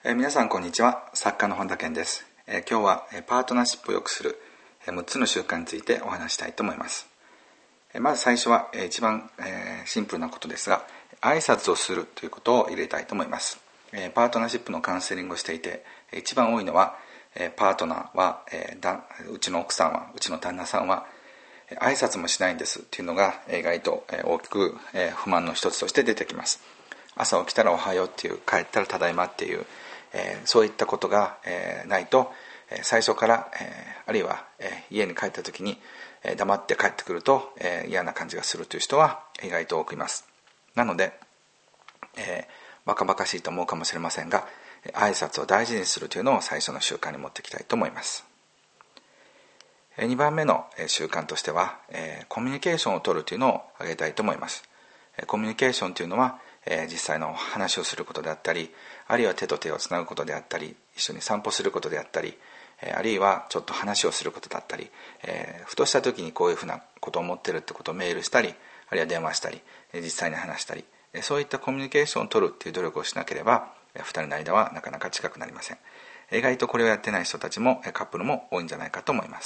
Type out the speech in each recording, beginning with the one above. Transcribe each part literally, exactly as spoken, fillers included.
えー、皆さんこんにちは。作家の本田健です。えー、今日はパートナーシップを良くするむっつの習慣についてお話したいと思います。えー、まず最初は、えー、一番、えー、シンプルなことですが、挨拶をするということを入れたいと思います。えー、パートナーシップのカウンセリングをしていて一番多いのは、えー、パートナーは、えー、だうちの奥さんはうちの旦那さんは挨拶もしないんですっていうのが意外と大きく不満の一つとして出てきます。朝起きたらおはようっていう、帰ったらただいまっていう、えー、そういったことが、えー、ないと最初から、えー、あるいは、えー、家に帰った時に、えー、黙って帰ってくると、えー、嫌な感じがするという人は意外と多くいます。なので、えー、バカバカしいと思うかもしれませんが、挨拶を大事にするというのを最初の習慣に持っていきたいと思います。にばんめの習慣としては、コミュニケーションを取るというのを挙げたいと思います。コミュニケーションというのは、実際の話をすることであったり、あるいは手と手をつなぐことであったり、一緒に散歩することであったり、あるいはちょっと話をすることだったり、ふとした時にこういうふうなことを思ってるってことをメールしたり、あるいは電話したり、実際に話したり、そういったコミュニケーションを取るという努力をしなければ、ふたりの間はなかなか近くなりません。意外とこれをやってない人たちもカップルも多いんじゃないかと思います。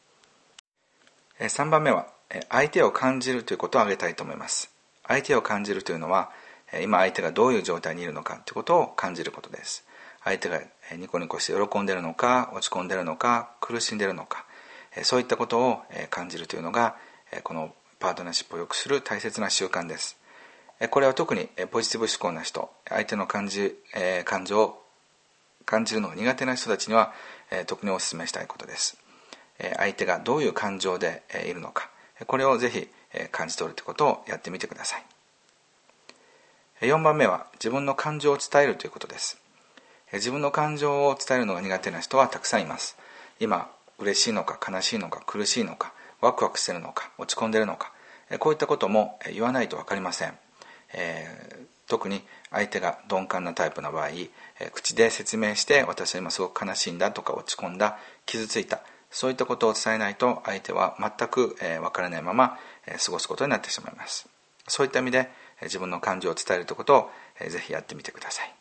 さんばんめは相手を感じるということを挙げたいと思います。相手を感じるというのは、今相手がどういう状態にいるのかということを感じることです。相手がニコニコして喜んでいるのか、落ち込んでいるのか、苦しんでいるのか、そういったことを感じるというのがこのパートナーシップを良くする大切な習慣です。これは特にポジティブ思考な人、相手の感じ感情を感じるのが苦手な人たちには特にお勧めしたいことです。相手がどういう感情でいるのか、これをぜひ感じ取るということをやってみてください。よんばんめは自分の感情を伝えるということです。自分の感情を伝えるのが苦手な人はたくさんいます。今嬉しいのか悲しいのか苦しいのかワクワクしているのか落ち込んでいるのか、こういったことも言わないと分かりません。えー、特に相手が鈍感なタイプの場合、口で説明して私は今すごく悲しいんだとか落ち込んだ、傷ついた、そういったことを伝えないと相手は全く分からないまま過ごすことになってしまいます。そういった意味で自分の感情を伝えるということをぜひやってみてください。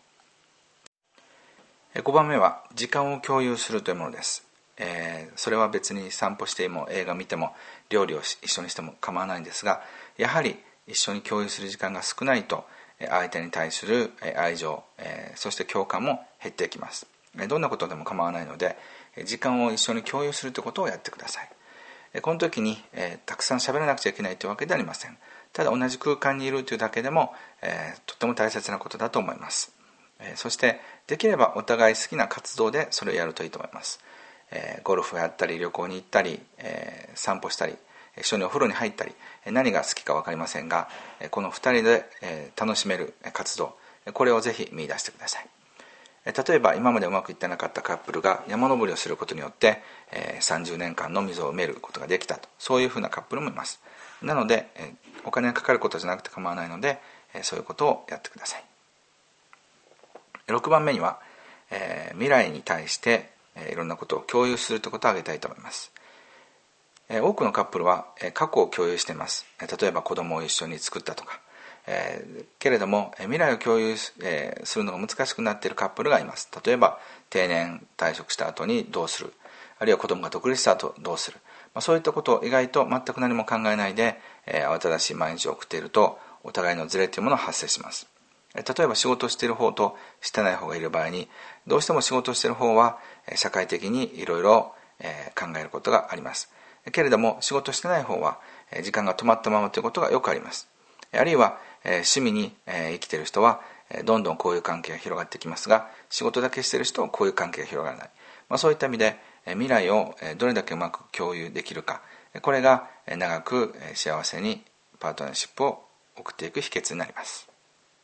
ごばんめは時間を共有するというものです。それは別に散歩しても映画見ても料理を一緒にしても構わないんですが、やはり一緒に共有する時間が少ないと相手に対する愛情、そして共感も減っていきます。どんなことでも構わないので時間を一緒に共有するということをやってください。この時にたくさん喋らなくちゃいけないというわけではありません。ただ同じ空間にいるというだけでもとても大切なことだと思います。そしてできればお互い好きな活動でそれをやるといいと思います。ゴルフをやったり旅行に行ったり散歩したり一緒にお風呂に入ったり、何が好きか分かりませんがこのふたりで楽しめる活動、これをぜひ見出してください。例えば今までうまくいってなかったカップルが山登りをすることによってさんじゅうねんかんの溝を埋めることができたと、そういうふうなカップルもいます。なのでお金がかかることじゃなくて構わないのでそういうことをやってください。ろくばんめには未来に対していろんなことを共有するということを挙げたいと思います。多くのカップルは過去を共有しています。例えば子供を一緒に作ったとか、えー、けれども未来を共有するのが難しくなっているカップルがいます。例えば定年退職した後にどうする、あるいは子供が独立した後どうする、まあ、そういったことを意外と全く何も考えないで、えー、慌ただしい毎日を送っているとお互いのズレというものが発生します。例えば仕事をしている方としてない方がいる場合に、どうしても仕事をしている方は社会的にいろいろ考えることがあります。けれども仕事してない方は時間が止まったままということがよくあります。あるいは趣味に生きている人はどんどん交友関係が広がってきますが、仕事だけしている人は交友関係が広がらない、まあ、そういった意味で未来をどれだけうまく共有できるか、これが長く幸せにパートナーシップを送っていく秘訣になります。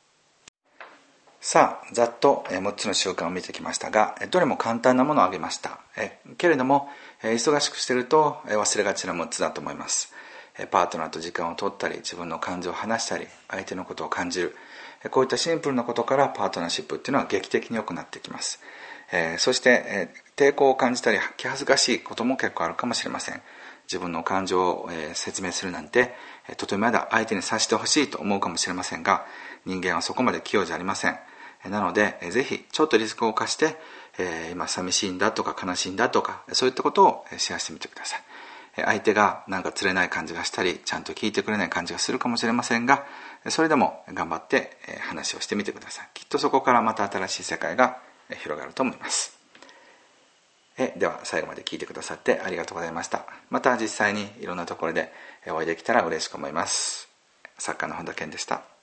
さあざっとむっつの習慣を見てきましたが、どれも簡単なものを挙げました。けれども忙しくしていると忘れがちなむっつだと思います。パートナーと時間を取ったり、自分の感情を話したり、相手のことを感じる、こういったシンプルなことからパートナーシップっていうのは劇的に良くなってきます。そして抵抗を感じたり気恥ずかしいことも結構あるかもしれません。自分の感情を説明するなんてとてもまだ相手に察してほしいと思うかもしれませんが、人間はそこまで器用じゃありません。 なのでぜひちょっとリスクを冒して、えー、今寂しいんだとか悲しいんだとか、そういったことをシェアしてみてください。相手がなんか釣れない感じがしたり、ちゃんと聞いてくれない感じがするかもしれませんが、それでも頑張って話をしてみてください。きっとそこからまた新しい世界が広がると思います。えでは最後まで聞いてくださってありがとうございました。また実際にいろんなところでお会いできたら嬉しく思います。作家の本田健でした。